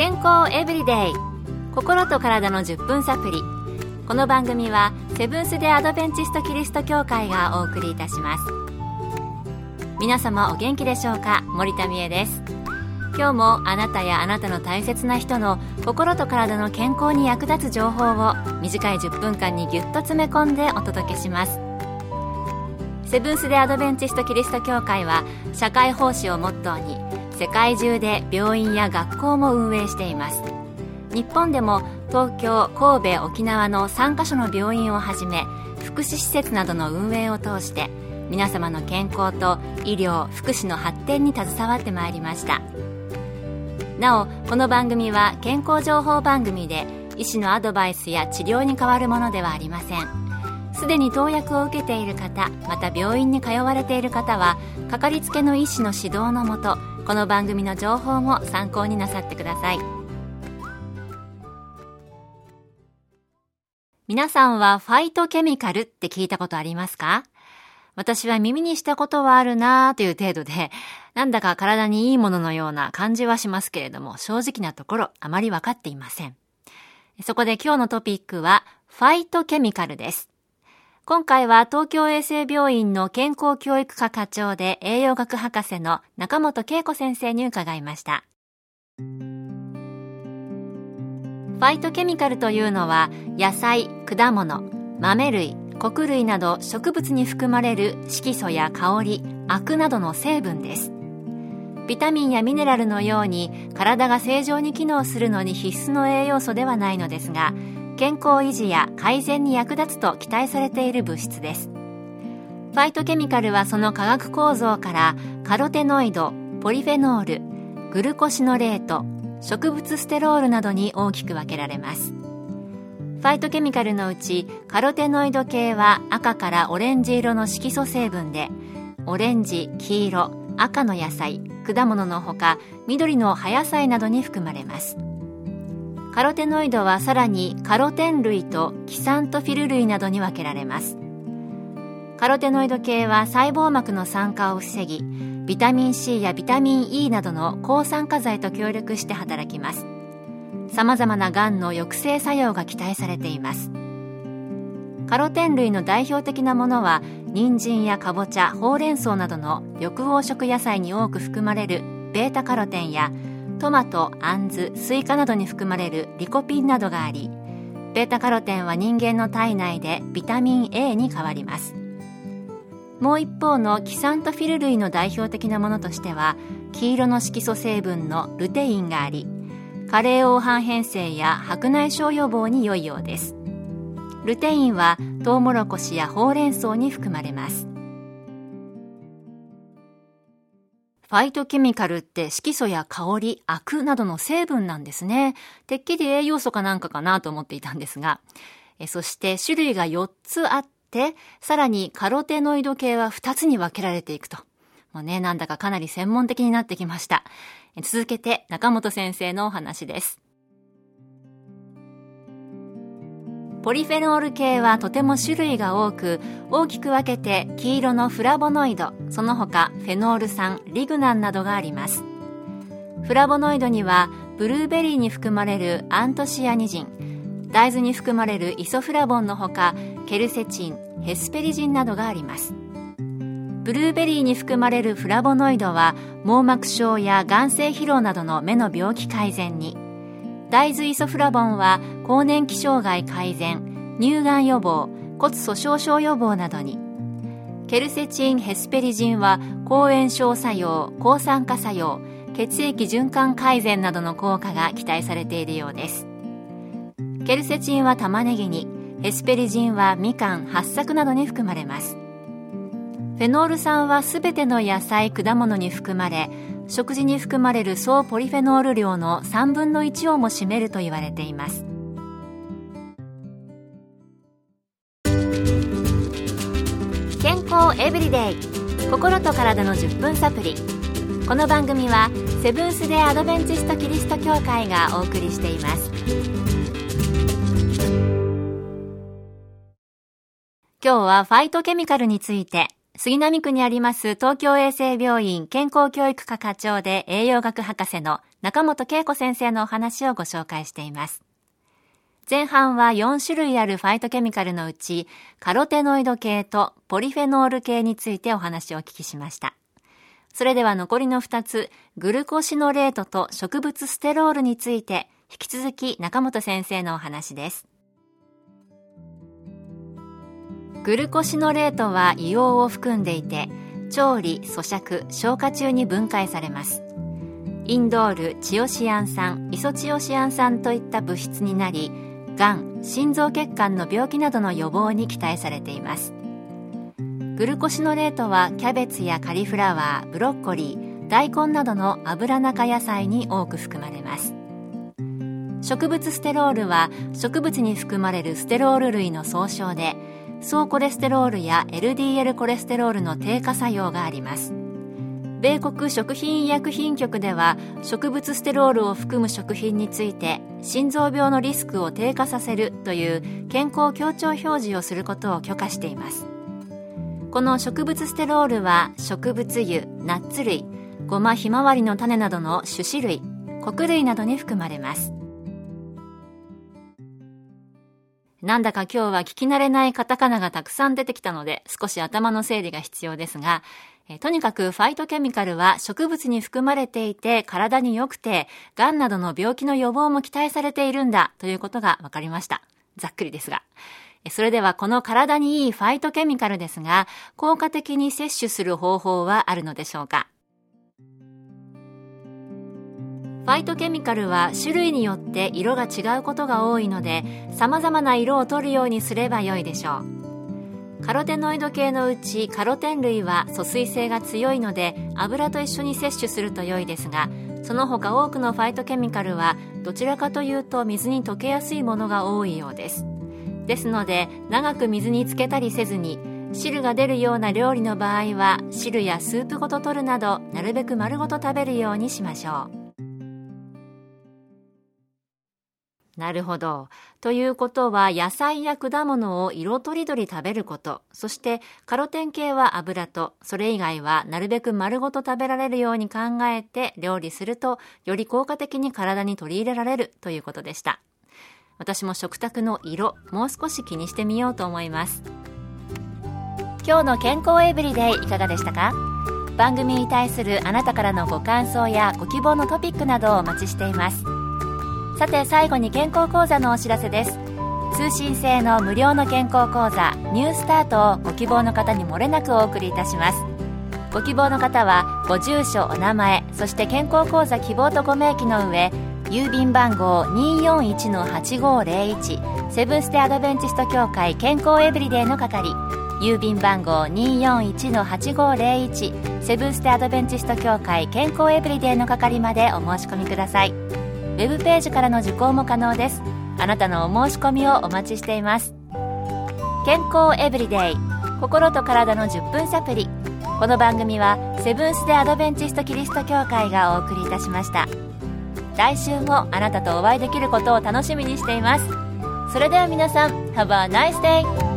健康エブリデイ、心と体の10分サプリ。この番組はセブンス・デ・アドベンチスト・キリスト教会がお送りいたします。皆様お元気でしょうか。森田美恵です。今日もあなたやあなたの大切な人の心と体の健康に役立つ情報を短い10分間にぎゅっと詰め込んでお届けします。セブンス・デ・アドベンチスト・キリスト教会は社会奉仕をモットーに世界中で病院や学校も運営しています。日本でも東京、神戸、沖縄の3カ所の病院をはじめ福祉施設などの運営を通して皆様の健康と医療・福祉の発展に携わってまいりました。なお、この番組は健康情報番組で医師のアドバイスや治療に代わるものではありません。すでに投薬を受けている方、また病院に通われている方はかかりつけの医師の指導のもと、この番組の情報も参考になさってください。皆さんはファイトケミカルって聞いたことありますか？私は耳にしたことはあるなという程度で、なんだか体にいいもののような感じはしますけれども、正直なところあまり分かっていません。そこで今日のトピックはファイトケミカルです。今回は東京衛生病院の健康教育科課長で栄養学博士の中本恵子先生に伺いました。ファイトケミカルというのは野菜、果物、豆類、穀類など植物に含まれる色素や香り、アクなどの成分です。ビタミンやミネラルのように体が正常に機能するのに必須の栄養素ではないのですが、健康維持や改善に役立つと期待されている物質です。ファイトケミカルはその化学構造からカロテノイド、ポリフェノール、グルコシノレート、植物ステロールなどに大きく分けられます。ファイトケミカルのうちカロテノイド系は赤からオレンジ色の色素成分で、オレンジ、黄色、赤の野菜、果物のほか緑の葉野菜などに含まれます。カロテノイドはさらにカロテン類とキサントフィル類などに分けられます。カロテノイド系は細胞膜の酸化を防ぎ、ビタミン C やビタミン E などの抗酸化剤と協力して働きます。さまざまながんの抑制作用が期待されています。カロテン類の代表的なものは人参やかぼちゃ、ほうれん草などの緑黄色野菜に多く含まれるベータカロテンやトマト、アンズ、スイカなどに含まれるリコピンなどがあり、ベータカロテンは人間の体内でビタミン A に変わります。もう一方のキサントフィル類の代表的なものとしては黄色の色素成分のルテインがあり、加齢黄斑変性や白内障予防に良いようです。ルテインはトウモロコシやほうれん草に含まれます。ファイトケミカルって色素や香り、アクなどの成分なんですね。てっきり栄養素かなんかかなと思っていたんですが、そして種類が4つあって、さらにカロテノイド系は2つに分けられていくと。もうね、なんだかかなり専門的になってきました。続けて中本先生のお話です。ポリフェノール系はとても種類が多く、大きく分けて黄色のフラボノイド、その他フェノール酸、リグナンなどがあります。フラボノイドにはブルーベリーに含まれるアントシアニジン、大豆に含まれるイソフラボンのほかケルセチン、ヘスペリジンなどがあります。ブルーベリーに含まれるフラボノイドは網膜症や眼性疲労などの目の病気改善に、大豆イソフラボンは更年期障害改善、乳がん予防、骨粗しょう症予防などに、ケルセチン、ヘスペリジンは抗炎症作用、抗酸化作用、血液循環改善などの効果が期待されているようです。ケルセチンは玉ねぎに、ヘスペリジンはみかん、ハッサクなどに含まれます。フェノール酸はすべての野菜、果物に含まれ、食事に含まれる総ポリフェノール量の3分の1をも占めると言われています。健康エブリデイ、心と体の10分サプリ。この番組はセブンス・デ・アドベンチスト・キリスト教会がお送りしています。今日はファイトケミカルについて杉並区にあります東京衛生病院健康教育科課長で栄養学博士の中本恵子先生のお話をご紹介しています。前半は4種類あるファイトケミカルのうちカロテノイド系とポリフェノール系についてお話をお聞きしました。それでは残りの2つ、グルコシノレートと植物ステロールについて引き続き中本先生のお話です。グルコシノレートは硫黄を含んでいて、調理、咀嚼、消化中に分解されます。インドール、チオシアン酸、イソチオシアン酸といった物質になり、がん、心臓血管の病気などの予防に期待されています。グルコシノレートはキャベツやカリフラワー、ブロッコリー、大根などの油中野菜に多く含まれます。植物ステロールは植物に含まれるステロール類の総称で、総コレステロールや LDL コレステロールの低下作用があります。米国食品医薬品局では植物ステロールを含む食品について心臓病のリスクを低下させるという健康強調表示をすることを許可しています。この植物ステロールは植物油、ナッツ類、ごまひまわりの種などの種子類、穀類などに含まれます。なんだか今日は聞き慣れないカタカナがたくさん出てきたので少し頭の整理が必要ですが、とにかくファイトケミカルは植物に含まれていて体に良くて、がんなどの病気の予防も期待されているんだということが分かりました。ざっくりですが。それではこの体にいいファイトケミカルですが、効果的に摂取する方法はあるのでしょうか。ファイトケミカルは種類によって色が違うことが多いので、様々な色を取るようにすればよいでしょう。カロテノイド系のうちカロテン類は疎水性が強いので油と一緒に摂取すると良いですが、その他多くのファイトケミカルはどちらかというと水に溶けやすいものが多いようです。ですので長く水につけたりせずに、汁が出るような料理の場合は汁やスープごと取るなど、なるべく丸ごと食べるようにしましょう。なるほど。ということは野菜や果物を色とりどり食べること、そしてカロテン系は油と、それ以外はなるべく丸ごと食べられるように考えて料理すると、より効果的に体に取り入れられるということでした。私も食卓の色、もう少し気にしてみようと思います。今日の健康エブリデイいかがでしたか？番組に対するあなたからのご感想やご希望のトピックなどをお待ちしています。さて最後に健康講座のお知らせです。通信制の無料の健康講座ニュースタートをご希望の方に漏れなくお送りいたします。ご希望の方はご住所、お名前、そして健康講座希望とご明記の上、郵便番号 241-8501 セブンステアドベンチスト協会健康エブリデイの係、郵便番号 241-8501 セブンステアドベンチスト協会健康エブリデイの係までお申し込みください。ウェブページからの受講も可能です。あなたのお申し込みをお待ちしています。健康エブリデイ、心と体の10分サプリ。この番組はセブンス・デ・アドベンチスト・キリスト教会がお送りいたしました。来週もあなたとお会いできることを楽しみにしています。それでは皆さん、Have a nice day!